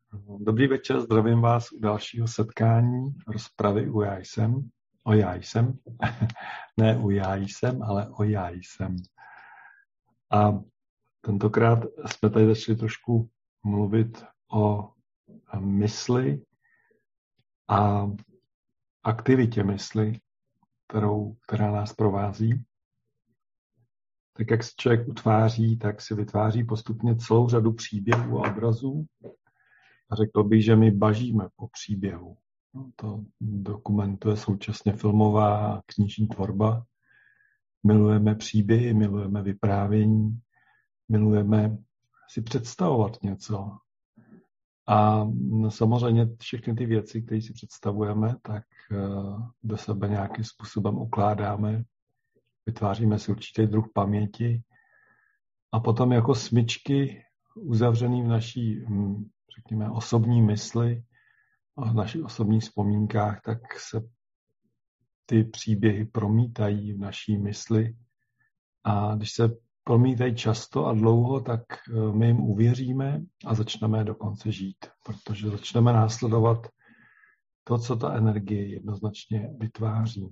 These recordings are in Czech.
Dobrý večer, zdravím vás u dalšího setkání rozpravy u Já jsem. O Já jsem. Ne u Já jsem, ale o Já jsem. A tentokrát jsme tady začali trošku mluvit o mysli a aktivitě mysli, která nás provází. Tak jak se člověk utváří, tak si vytváří postupně celou řadu příběhů a obrazů. A řekl bych, že my bažíme po příběhu. To dokumentuje současně filmová a knižní tvorba. Milujeme příběhy, milujeme vyprávění, milujeme si představovat něco. A samozřejmě všechny ty věci, které si představujeme, tak do sebe nějakým způsobem ukládáme, vytváříme si určitý druh paměti a potom jako smyčky uzavřený v naší, řekněme, osobní mysli a v našich osobních vzpomínkách, tak se ty příběhy promítají v naší mysli a když se promítají často a dlouho, tak my jim uvěříme a začneme dokonce žít, protože začneme následovat to, co ta energie jednoznačně vytváří.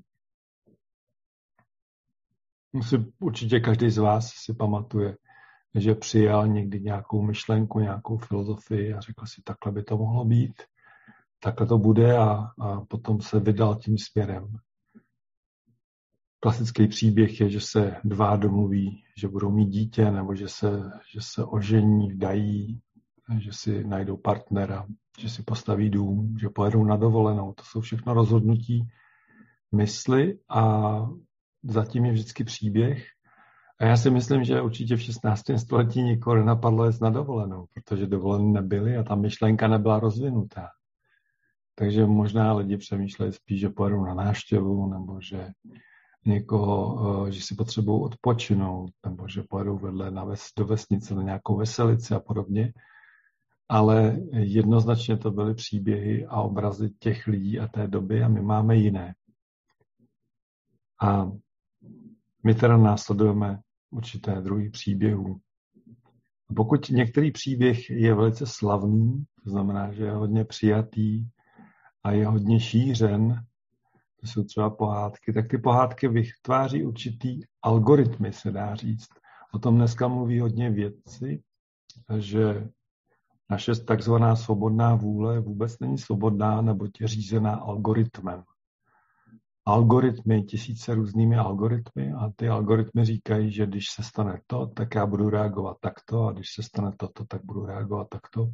Určitě každý z vás si pamatuje, že přijal někdy nějakou myšlenku, nějakou filozofii a řekl si, takhle by to mohlo být, takhle to bude a potom se vydal tím směrem. Klasický příběh je, že se dva domluví, že budou mít dítě, nebo že se ožení, vdají, že si najdou partnera, že si postaví dům, že pojedou na dovolenou. To jsou všechno rozhodnutí mysli a zatím je vždycky příběh. A já si myslím, že určitě v 16. století nikoho nenapadlo jet na dovolenou, protože dovolené nebyly a ta myšlenka nebyla rozvinutá. Takže možná lidi přemýšleli spíš, že pojedou na návštěvu, nebo že někoho, že si potřebují odpočinout, nebo že pojedou vedle do vesnice na nějakou veselici a podobně. Ale jednoznačně to byly příběhy a obrazy těch lidí a té doby a my máme jiné. A my teda následujeme určité druhy příběhů. A pokud některý příběh je velice slavný, to znamená, že je hodně přijatý a je hodně šířen, to jsou třeba pohádky, tak ty pohádky vytváří určitý algoritmy, se dá říct. O tom dneska mluví hodně vědci, že naše takzvaná svobodná vůle vůbec není svobodná, nebo je řízená algoritmem. Algoritmy, tisíce různými algoritmy a ty algoritmy říkají, že když se stane to, tak já budu reagovat takto a když se stane toto, tak budu reagovat takto.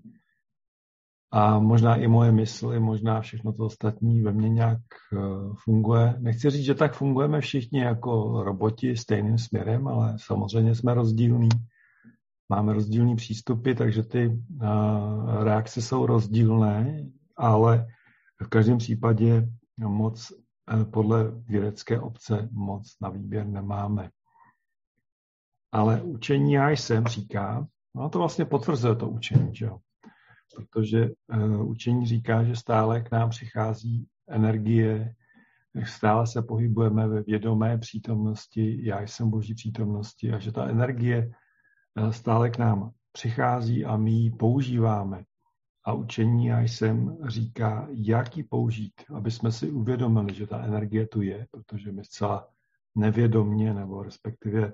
A možná i moje mysl, možná všechno to ostatní ve mně nějak funguje. Nechci říct, že tak fungujeme všichni jako roboti stejným směrem, ale samozřejmě jsme rozdílní. Máme rozdílný přístupy, takže ty reakce jsou rozdílné, ale v každém případě moc podle vědecké obce moc na výběr nemáme. Ale učení já jsem říká, no to vlastně potvrzuje to učení, že jo? Protože učení říká, že stále k nám přichází energie, stále se pohybujeme ve vědomé přítomnosti, já jsem Boží přítomnosti a že ta energie stále k nám přichází a my ji používáme. A učení já jsem říká, jak ji použít, aby jsme si uvědomili, že ta energie tu je, protože my zcela nevědomně nebo respektive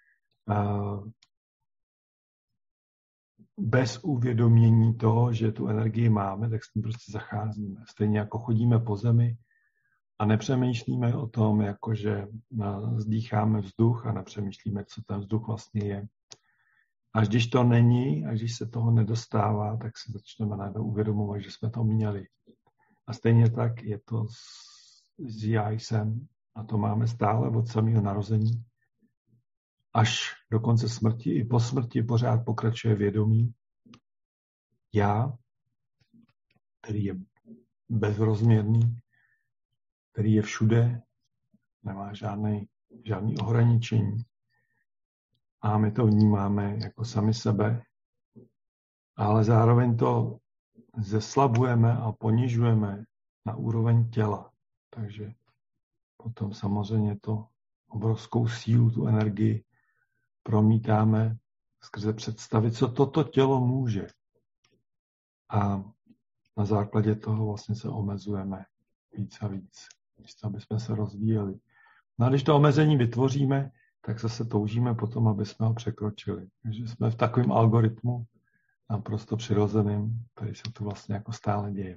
bez uvědomění toho, že tu energii máme, tak s tím prostě zacházíme. Stejně jako chodíme po zemi a nepřemýšlíme o tom, jakože vzdýcháme vzduch a nepřemýšlíme, co ten vzduch vlastně je. Až když to není, až když se toho nedostává, tak si začneme najednou uvědomovat, že jsme to měli. A stejně tak je to s já jsem. A to máme stále od samého narození. Až do konce smrti, i po smrti pořád pokračuje vědomí. Já, který je bezrozměrný, který je všude, nemá žádný ohraničení. A my to vnímáme jako sami sebe, ale zároveň to zeslabujeme a ponižujeme na úroveň těla. Takže potom samozřejmě to obrovskou sílu, tu energii promítáme skrze představy, co toto tělo může. a na základě toho vlastně se omezujeme víc a víc, místo aby jsme se rozvíjeli. No a když to omezení vytvoříme, tak zase toužíme potom, aby jsme ho překročili. Takže jsme v takovém algoritmu naprosto přirozeným, který se tu vlastně jako stále děje.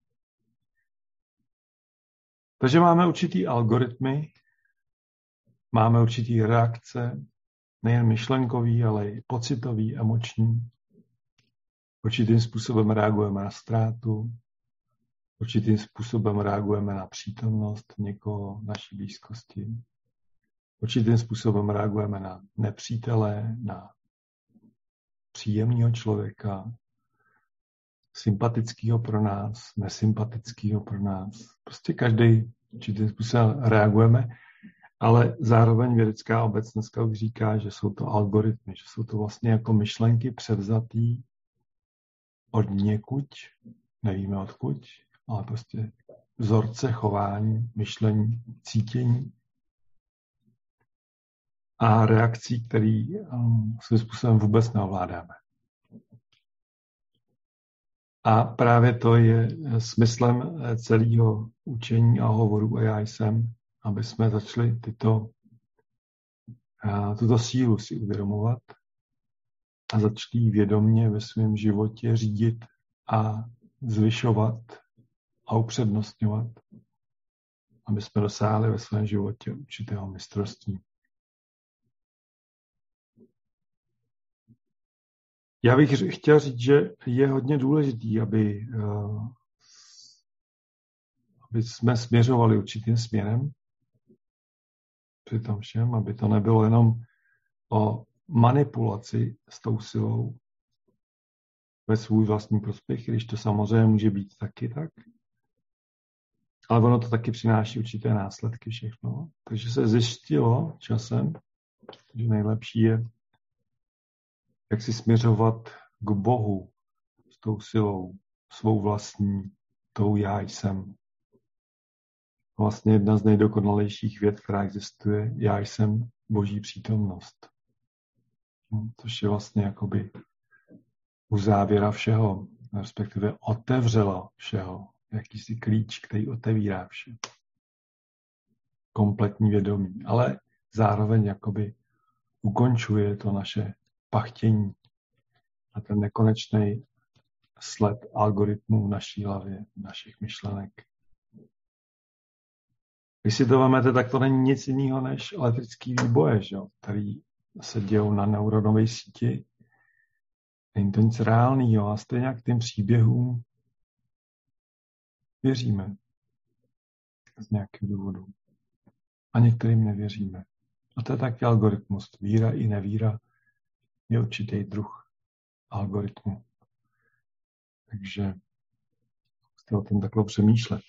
Takže máme určitý algoritmy, máme určitý reakce, nejen myšlenkový, ale i pocitový, emoční. Určitým způsobem reagujeme na ztrátu, určitým způsobem reagujeme na přítomnost někoho v naší blízkosti. Určitým způsobem reagujeme na nepřítele, na příjemného člověka, sympatického pro nás, nesympatického pro nás. Prostě každý určitým způsobem reagujeme, ale zároveň vědecká obec dneska už říká, že jsou to algoritmy, že jsou to vlastně jako myšlenky převzatý od někud, nevíme odkud, ale prostě vzorce chování, myšlení, cítění a reakcí, který svým způsobem vůbec neovládáme. A právě to je smyslem celého učení a hovoru a já jsem, aby jsme začali tuto sílu si uvědomovat a začali vědomě ve svém životě řídit a zvyšovat a upřednostňovat, aby jsme dosáhli ve svém životě určitého mistrovství. Já bych chtěl říct, že je hodně důležitý, aby jsme směřovali určitým směrem při tom všem, aby to nebylo jenom o manipulaci s tou silou ve svůj vlastní prospěch, když to samozřejmě může být taky tak. Ale ono to taky přináší určité následky všechno. Takže se zjistilo časem, že nejlepší je, jak si směřovat k Bohu s tou silou, svou vlastní, tou já jsem. Vlastně jedna z nejdokonalejších věd, která existuje, já jsem Boží přítomnost. Což je vlastně jakoby uzávěra všeho, respektive otevřela všeho. Jakýsi klíč, který otevírá vše. Kompletní vědomí. Ale zároveň jakoby ukončuje to naše pachtění a ten nekonečný sled algoritmů v naší hlavě, našich myšlenek. Když si to vezmete, tak to není nic jiného než elektrický výboje, že? Který se dějou na neuronové síti. Není to nic reálného a stejně k těm příběhům věříme z nějakého důvodu. A některým nevěříme. A to je taky algoritmus. Víra i nevíra je určitý druh algoritmu. Takže musíte o tom takhle přemýšlet.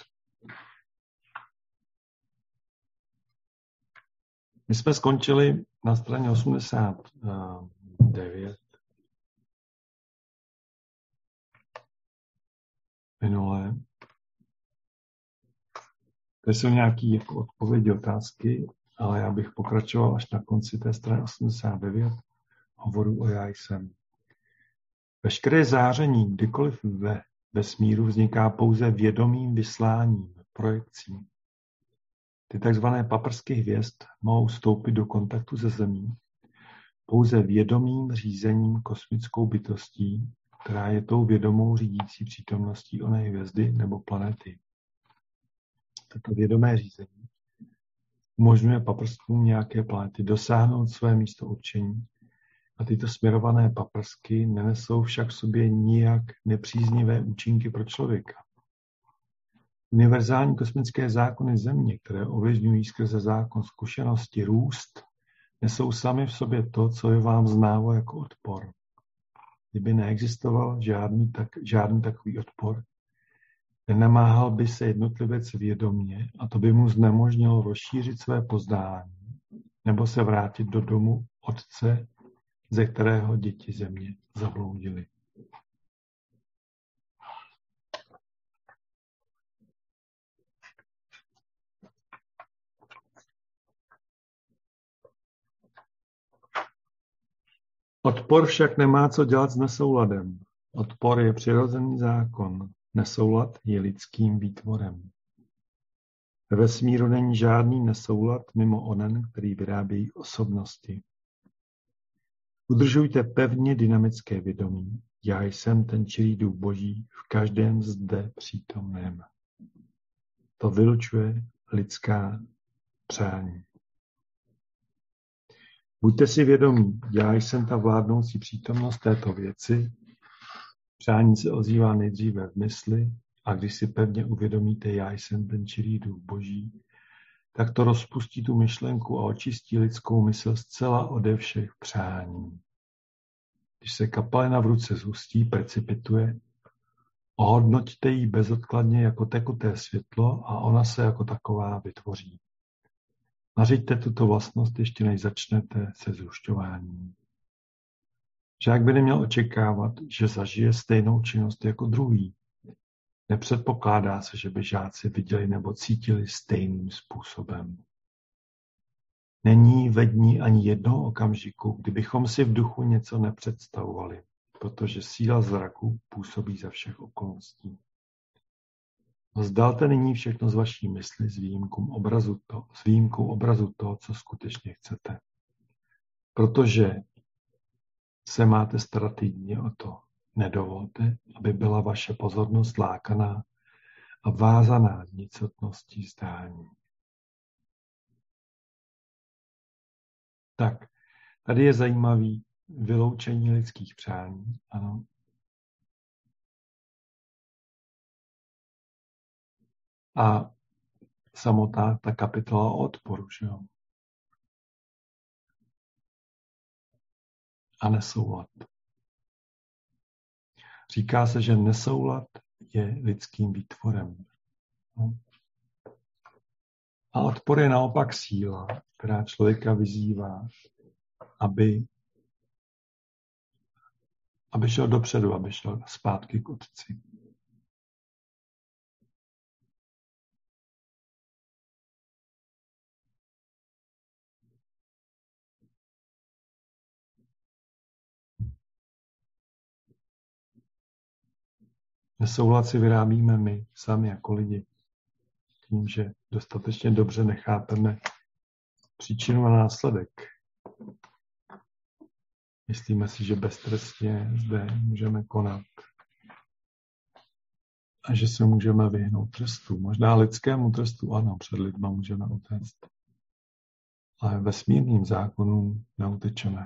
My jsme skončili na straně 89 minulé. To jsou nějaké jako odpovědi, otázky, ale já bych pokračoval až na konci té strany 89 hovoru o já jsem. Veškeré záření kdykoliv ve vesmíru vzniká pouze vědomým vysláním, projekcí. Ty takzvané paprsky hvězd mohou vstoupit do kontaktu se Zemí pouze vědomým řízením kosmickou bytostí, která je tou vědomou řídící přítomností oné hvězdy nebo planety. Toto vědomé řízení umožňuje paprskům nějaké planety dosáhnout své místo určení a tyto směrované paprsky nenesou však v sobě nijak nepříznivé účinky pro člověka. Univerzální kosmické zákony Země, které ovlivňují skrze zákon zkušenosti růst, nesou sami v sobě to, co je vám známo jako odpor. Kdyby neexistoval žádný takový odpor, nenamáhal by se jednotlivec vědomě a to by mu znemožnilo rozšířit své poznání nebo se vrátit do domu otce, ze kterého děti Země zabloudily. Odpor však nemá co dělat s nesouladem. Odpor je přirozený zákon, nesoulad je lidským výtvorem. Ve vesmíru není žádný nesoulad mimo onen, který vyrábějí osobnosti. Udržujte pevně dynamické vědomí. Já jsem ten čirý duch Boží v každém zde přítomném. To vylučuje lidská přání. Buďte si vědomí, já jsem ta vládnoucí přítomnost této věci. Přání se ozývá nejdříve v mysli a když si pevně uvědomíte, já jsem ten čirý duch Boží, tak to rozpustí tu myšlenku a očistí lidskou mysl zcela ode všech přání. Když se kapalina v ruce zhustí, precipituje, ohodnoťte ji bezodkladně jako tekuté světlo a ona se jako taková vytvoří. Nařiďte tuto vlastnost ještě než začnete se zhušťováním. Žák by neměl očekávat, že zažije stejnou činnost jako druhý. Nepředpokládá se, že by žáci viděli nebo cítili stejným způsobem. Není ve dní ani jednoho okamžiku, kdybychom si v duchu něco nepředstavovali, protože síla zraku působí za všech okolností. Vzdalte nyní všechno z vaší mysli s výjimkou obrazu toho, co skutečně chcete. Protože se máte starat jedině o to. Nedovolte, aby byla vaše pozornost lákaná a vázaná nicotností zdání. Tak, tady je zajímavý vyloučení lidských přání. Ano. A samotná ta kapitola o odporu, že jo? A nesoulad. Říká se, že nesoulad je lidským výtvorem. No. A odpor je naopak síla, která člověka vyzývá, aby šel dopředu, aby šel zpátky k Otci. Nesoulad si vyrábíme my sami jako lidi. Tím, že dostatečně dobře nechápeme příčinu a následek. Myslíme si, že beztrestně zde můžeme konat a že se můžeme vyhnout trestu. Možná lidskému trestu, ano, před lidma můžeme utéct. Ale vesmírným zákonům neutečeme.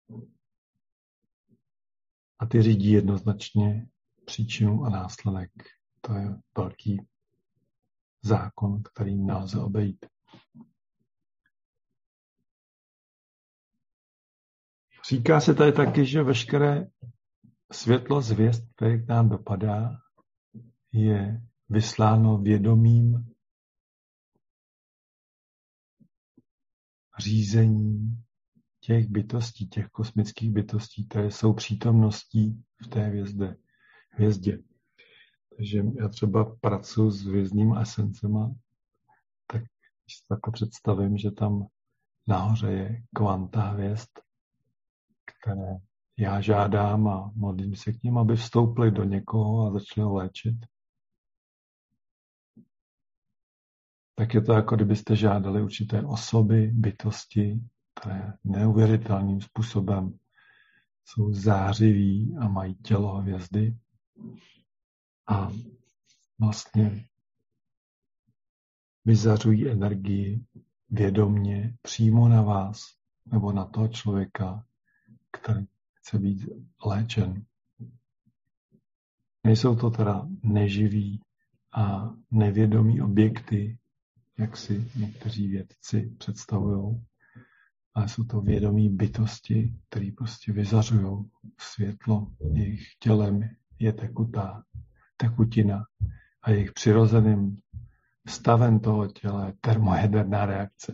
A ty řídí jednoznačně příčinu a následek. To je velký zákon, který nelze obejít. Říká se tady taky, že veškeré světlo z hvězd, které k nám dopadá, je vysláno vědomím řízení těch bytostí, těch kosmických bytostí, které jsou přítomností v té hvězdě. Takže já třeba pracuji s hvězdnými esencema, tak si takhle představím, že tam nahoře je kvanta hvězd, které já žádám a modlím se k nim, aby vstoupili do někoho a začali ho léčit. Tak je to, jako kdybyste žádali určité osoby, bytosti, které neuvěřitelným způsobem jsou zářiví a mají tělo hvězdy. A vlastně vyzařují energii vědomně přímo na vás nebo na toho člověka, který chce být léčen. Nejsou to teda neživí a nevědomí objekty, jak si někteří vědci představují, ale jsou to vědomí bytosti, které prostě vyzařují světlo. Jejich tělem je tekutina a jejich přirozeným stavem toho těla je termojaderná reakce.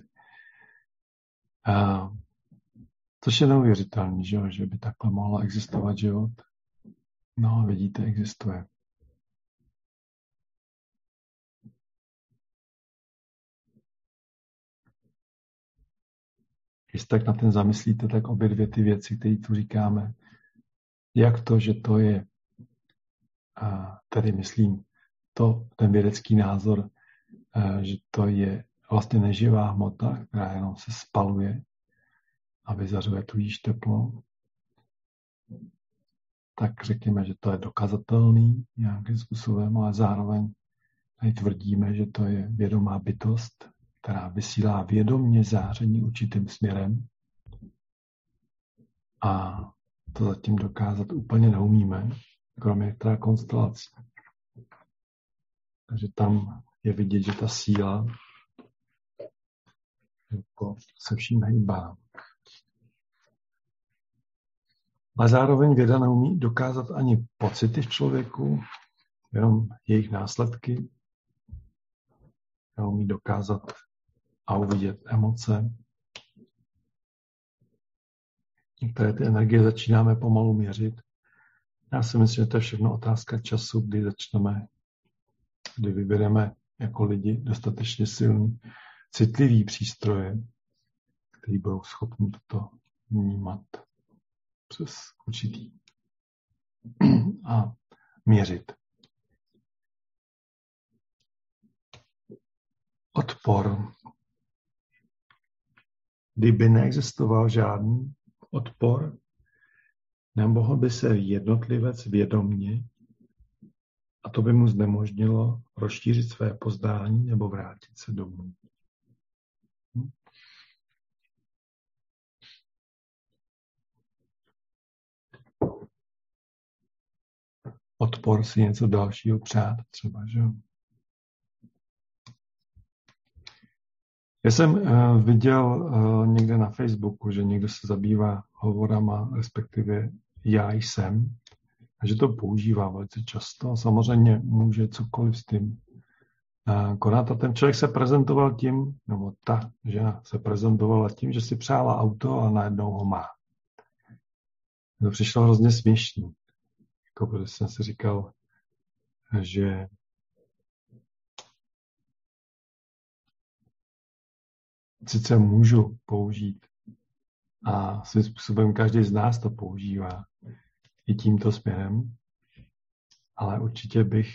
A což je neuvěřitelný, že by takhle mohla existovat život. No, vidíte, existuje. Když tak na ten zamyslíte, tak obě dvě ty věci, které tu říkáme, jak to, že to je tedy myslím, ten vědecký názor, že to je vlastně neživá hmota, která jenom se spaluje a vyzařuje tudíž teplo, tak řekněme, že to je dokazatelný nějakým způsobem, ale zároveň tady tvrdíme, že to je vědomá bytost, která vysílá vědomně záření určitým směrem a to zatím dokázat úplně neumíme, kromě teda konstelací. Takže tam je vidět, že ta síla jako se vším hejbá. A zároveň věda neumí dokázat ani pocity v člověku, jenom jejich následky. Neumí dokázat a uvidět emoce. Některé ty energie začínáme pomalu měřit. Já si myslím, že to je všechno otázka času, kdy vybereme jako lidi dostatečně silný, citlivý přístroje, který budou schopni toto vnímat přes určitý a měřit. Odpor. Kdyby neexistoval žádný odpor, nemohl by se jednotlivec vědomně, a to by mu znemožnilo rozšířit své poznání nebo vrátit se domů. Odpor si něco dalšího přát třeba, že jo? Já jsem viděl někde na Facebooku, že někdo se zabývá hovorama, respektive já jsem, a že to používá velice často a samozřejmě může cokoliv s tím konat. A ten člověk se prezentoval tím, nebo ta žena se prezentovala tím, že si přála auto a najednou ho má. To přišlo hrozně směšný. Jako, protože jsem si říkal, že sice můžu použít a svým způsobem každý z nás to používá i tímto směrem, ale určitě bych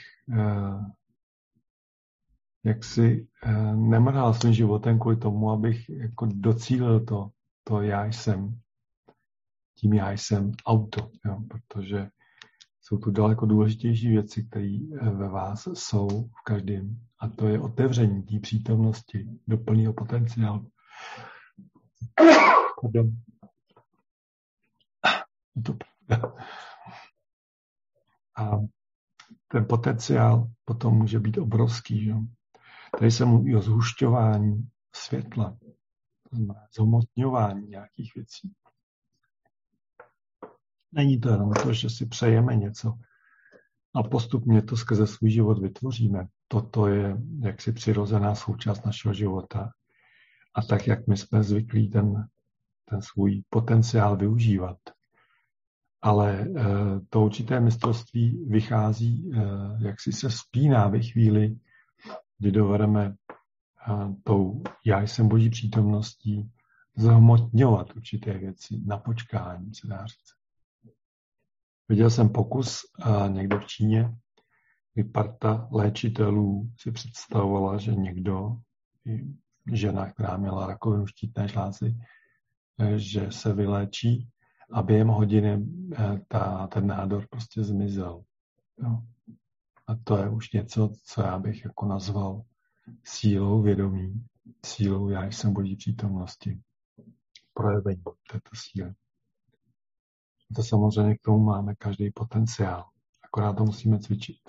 jaksi nemrhal svým životem kvůli tomu, abych jako docílil to já jsem. Tím já jsem auto, jo, protože jsou tu daleko důležitější věci, které ve vás jsou v každém. A to je otevření té přítomnosti do plného potenciálu. A ten potenciál potom může být obrovský. Že? Tady se mluví o zhušťování světla, zhmotňování nějakých věcí. Není to jenom to, že si přejeme něco a postupně to skrze svůj život vytvoříme. Toto je jaksi přirozená součást našeho života. A tak, jak my jsme zvyklí ten svůj potenciál využívat. Ale to určité mistrovství vychází, jak si se spíná ve chvíli, kdy dovedeme tou já jsem boží přítomností zhmotňovat určité věci na počkání, se dá říct. Viděl jsem pokus někde v Číně, kdy parta léčitelů si představovala, že někdo, žena, která měla rakovinu štítné žlázy, že se vyléčí a během hodiny ten nádor prostě zmizel. Jo. A to je už něco, co já bych jako nazval sílou vědomí, sílou já jsem boží přítomnosti, projevení této síly. A to samozřejmě k tomu máme každý potenciál, akorát to musíme cvičit.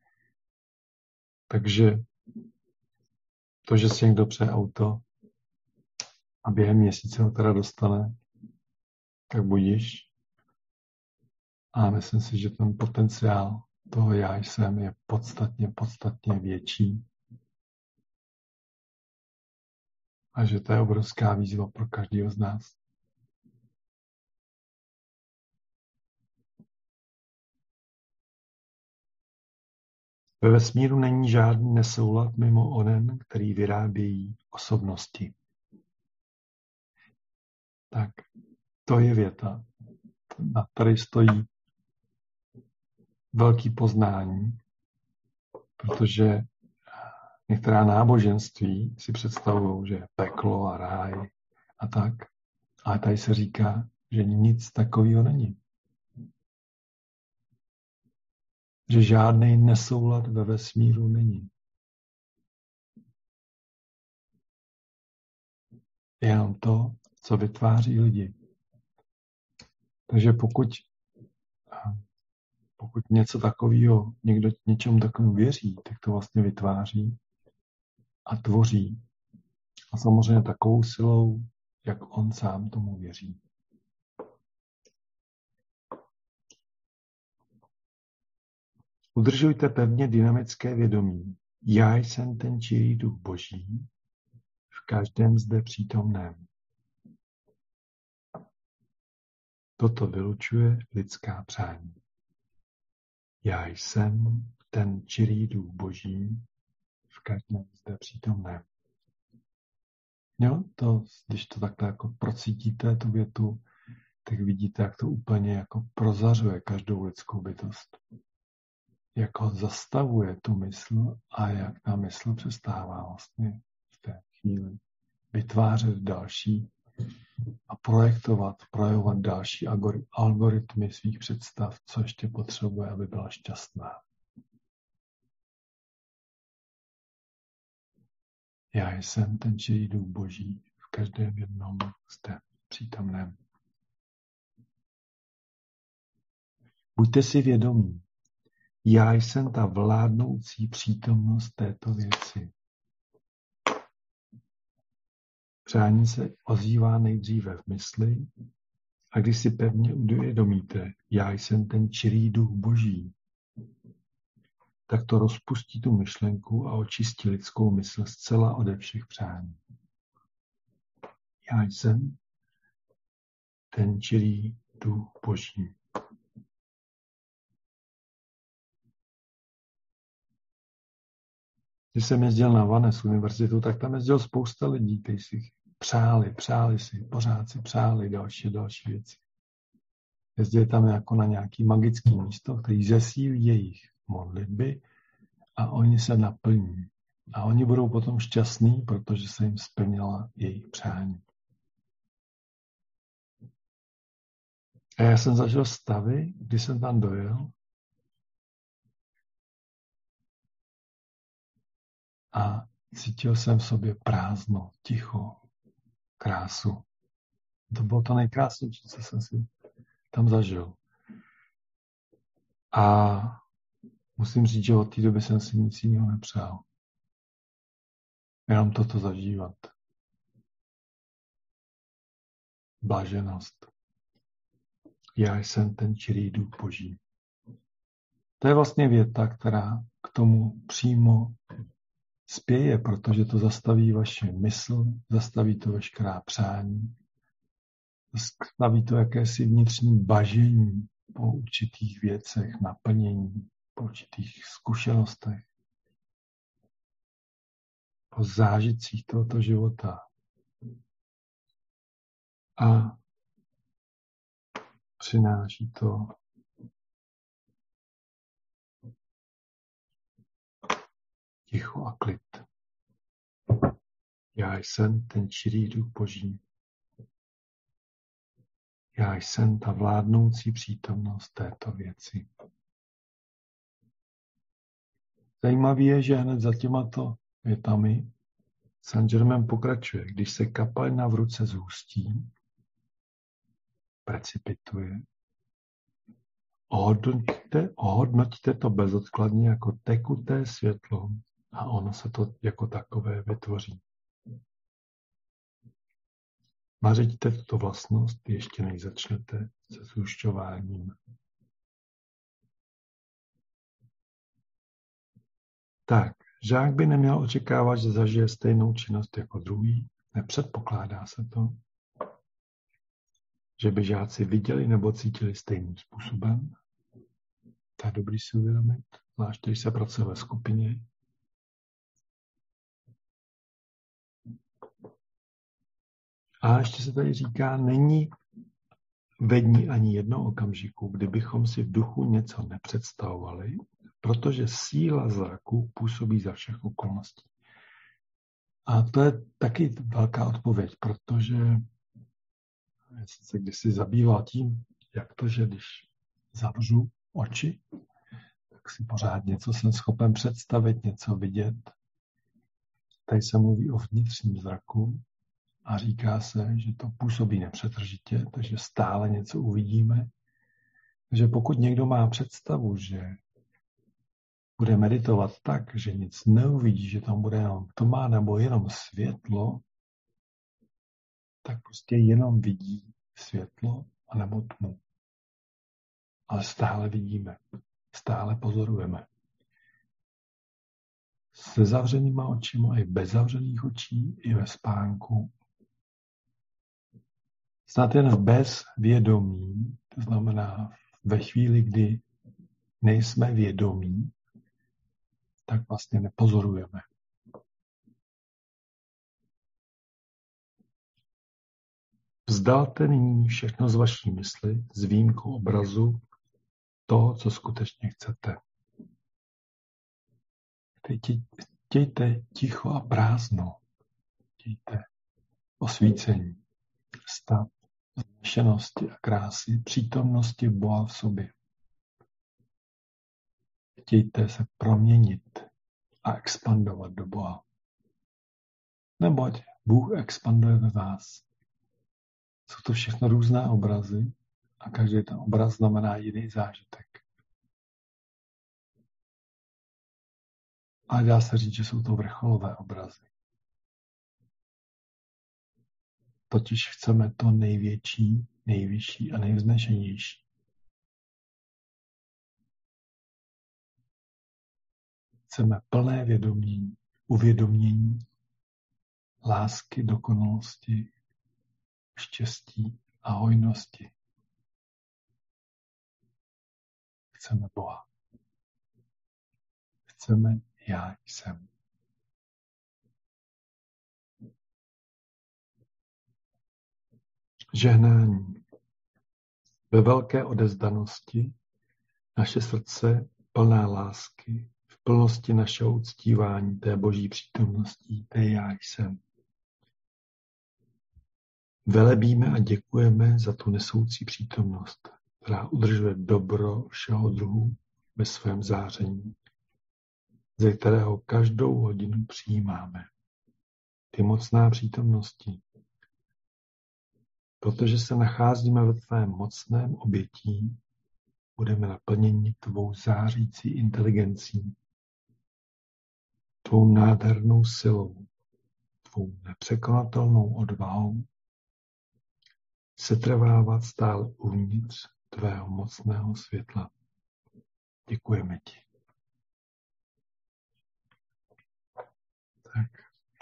Takže to, že si někdo přeje auto a během měsíce ho teda dostane, tak budíš. A myslím si, že ten potenciál toho já jsem je podstatně větší. A že to je obrovská výzva pro každého z nás. Ve vesmíru není žádný nesoulad mimo onen, který vyrábějí osobnosti. Tak, to je věta. A tady stojí velký poznání, protože některá náboženství si představují, že je peklo a ráj a tak. Ale tady se říká, že nic takového není. Že žádný nesoulad ve vesmíru není. Jenom to, co vytváří lidi. Takže pokud něco takového, někdo něčemu takovému věří, tak to vlastně vytváří a tvoří. A samozřejmě takovou silou, jak on sám tomu věří. Udržujte pevně dynamické vědomí. Já jsem ten čirý duch Boží v každém zde přítomném. Toto vylučuje lidská přání. Já jsem ten čirý duch Boží v každém zde přítomném. Jo, když to takhle jako procítíte, tu větu, tak vidíte, jak to úplně jako prozařuje každou lidskou bytost. Jak ho zastavuje tu mysl a jak ta mysl přestává vlastně v té chvíli vytvářet další a projevovat další algoritmy svých představ, co ještě potřebuje, aby byla šťastná. Já jsem ten čirý duch Boží v každém jednom zde přítomném. Buďte si vědomí, já jsem ta vládnoucí přítomnost této věci. Přání se ozývá nejdříve v mysli a když si pevně uvědomíte, já jsem ten čirý duch Boží, tak to rozpustí tu myšlenku a očistí lidskou mysl zcela ode všech přání. Já jsem ten čirý duch Boží. Když jsem jezdil na Vannes univerzitu, tak tam jezdil spousta lidí, kteří si pořád si přáli další věci. Jezdili tam jako na nějaký magický místo, který zesílí jejich modlitby a oni se naplní. A oni budou potom šťastní, protože se jim splnila jejich přání. A já jsem zažil stavy, kdy jsem tam dojel a cítil jsem v sobě prázdno, ticho, krásu. To bylo to nejkrásnější, co jsem si tam zažil. A musím říct, že od té doby jsem si nic jiného nepřál. Jenom toto zažívat. Bláženost. Já jsem ten čirý duch Boží. To je vlastně věta, která k tomu přímo spěje, protože to zastaví vaše mysl, zastaví to veškerá přání, zastaví to jakési vnitřní bažení po určitých věcech, naplnění, po určitých zkušenostech, po zážitcích tohoto života. A přináší to ticho a klid. Já jsem ten čirý duch Boží. Já jsem ta vládnoucí přítomnost této věci. Zajímavé je, že hned za těmato větami Saint-Germain pokračuje. Když se kapalina v ruce zhustí, precipituje, ohodnoťte to bezodkladně jako tekuté světlo a ono se to jako takové vytvoří. Mařiďte tuto vlastnost, ještě než začnete se zhušťováním. Tak, žák by neměl očekávat, že zažije stejnou činnost jako druhý. Nepředpokládá se to, že by žáci viděli nebo cítili stejným způsobem. To je dobrý si uvědomit, zvlášť když se pracuje ve skupině. A ještě se tady říká, není ve dní ani jednoho okamžiku, kdybychom si v duchu něco nepředstavovali, protože síla zraku působí za všech okolností. A to je taky velká odpověď, protože já jsem se kdysi zabýval tím, jak to, že když zavřu oči, tak si pořád něco jsem schopen představit, něco vidět. Tady se mluví o vnitřním zraku a říká se, že to působí nepřetržitě, takže stále něco uvidíme. Takže pokud někdo má představu, že bude meditovat tak, že nic neuvidí, že tam bude jenom tma nebo jenom světlo, tak prostě jenom vidí světlo anebo tmu. Ale stále vidíme, stále pozorujeme. Se zavřenýma očima i bez zavřených očí, i ve spánku. Snad jen bez vědomí, to znamená ve chvíli, kdy nejsme vědomí, tak vlastně nepozorujeme. Vzdalte nyní všechno z vaší mysli, s výjimkou obrazu, toho, co skutečně chcete. Chtějte ticho a prázdno. Chtějte osvícení, stav vznešenosti a krásy, přítomnosti Boha v sobě. Chtějte se proměnit a expandovat do Boha. Neboť Bůh expanduje ve vás. Jsou to všechno různé obrazy a každý ten obraz znamená jiný zážitek. A dá se říct, že jsou to vrcholové obrazy. Totiž chceme to největší, nejvyšší a nejvznešenější. Chceme plné uvědomění, lásky, dokonalosti, štěstí a hojnosti. Chceme Boha. Chceme já jsem. Žehnání. Ve velké odevzdanosti naše srdce plná lásky, v plnosti našeho uctívání té boží přítomností, té já jsem. Velebíme a děkujeme za tu nesoucí přítomnost, která udržuje dobro všeho druhu ve svém záření, ze kterého každou hodinu přijímáme. Ty mocná přítomnosti, protože se nacházíme ve tvém mocném obětí, budeme naplněni tvou zářící inteligencí, tvou nádhernou silou, tvou nepřekonatelnou odvahou, setrvávat stále uvnitř tvého mocného světla. Děkujeme ti. Tak.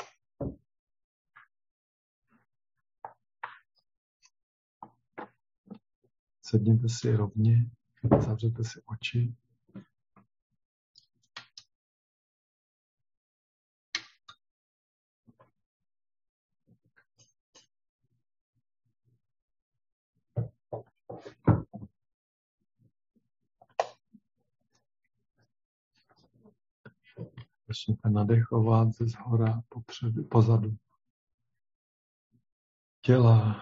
Sedněte si rovně, zavřete si oči. Začněte nadechovat ze zhora pozadu těla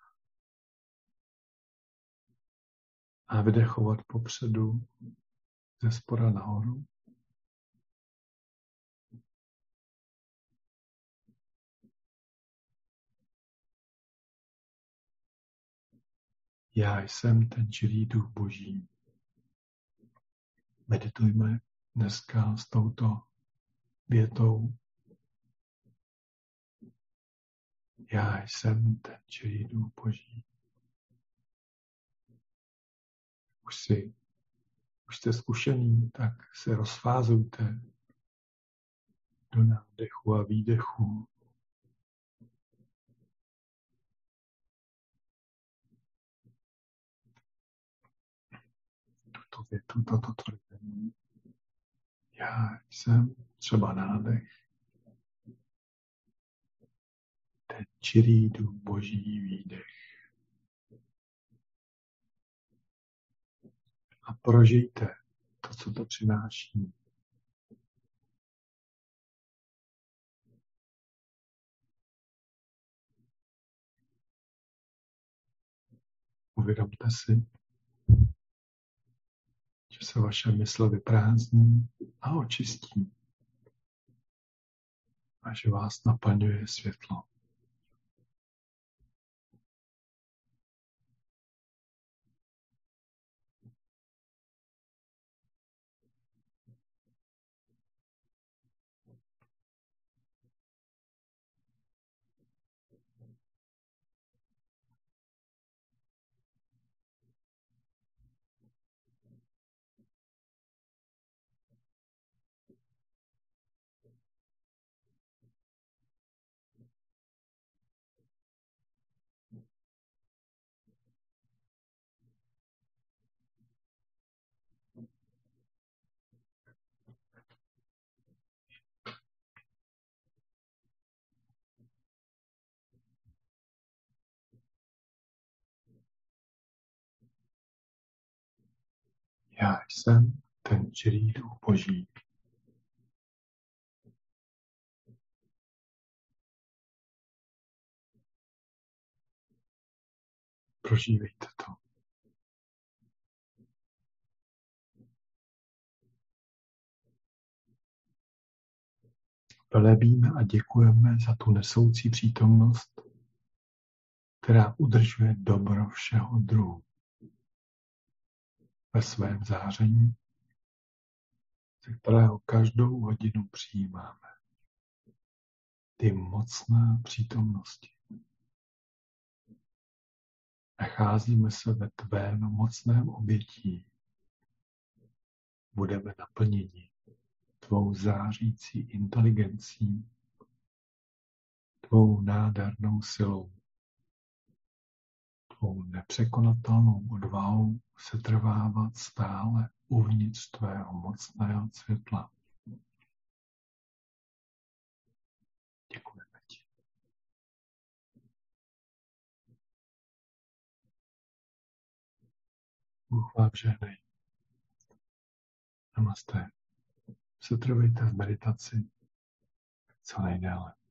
a vydechovat popředu ze spoda nahoru. Já jsem ten čirý duch Boží. Meditujme dneska s touto větou. Já jsem ten čirý duch Boží. Už jste zkušený, tak se rozfázujte do nádechu a výdechu. Tuto větu, toto tvrzení. Já jsem třeba nádech. Ten čirý duch Boží výdech. a prožijte to, co to přináší. Uvědomte si, že se vaše mysl vyprázdní a očistí a že vás naplňuje světlo. Já jsem ten čirý duch Boží. Prožívejte to. Velebíme a děkujeme za tu nesoucí přítomnost, která udržuje dobro všeho druhu ve svém záření, ze kterého každou hodinu přijímáme. Ty mocné přítomnosti. Nacházíme se ve tvém mocném obětí. Budeme naplněni tvou zářící inteligencí, tvou nádhernou silou, tvou nepřekonatelnou odvahou setrvávat stále uvnitř tvého mocného světla. Děkujeme ti. Bůh vám žehnej. Namaste. Setrvejte v meditaci co nejdéle.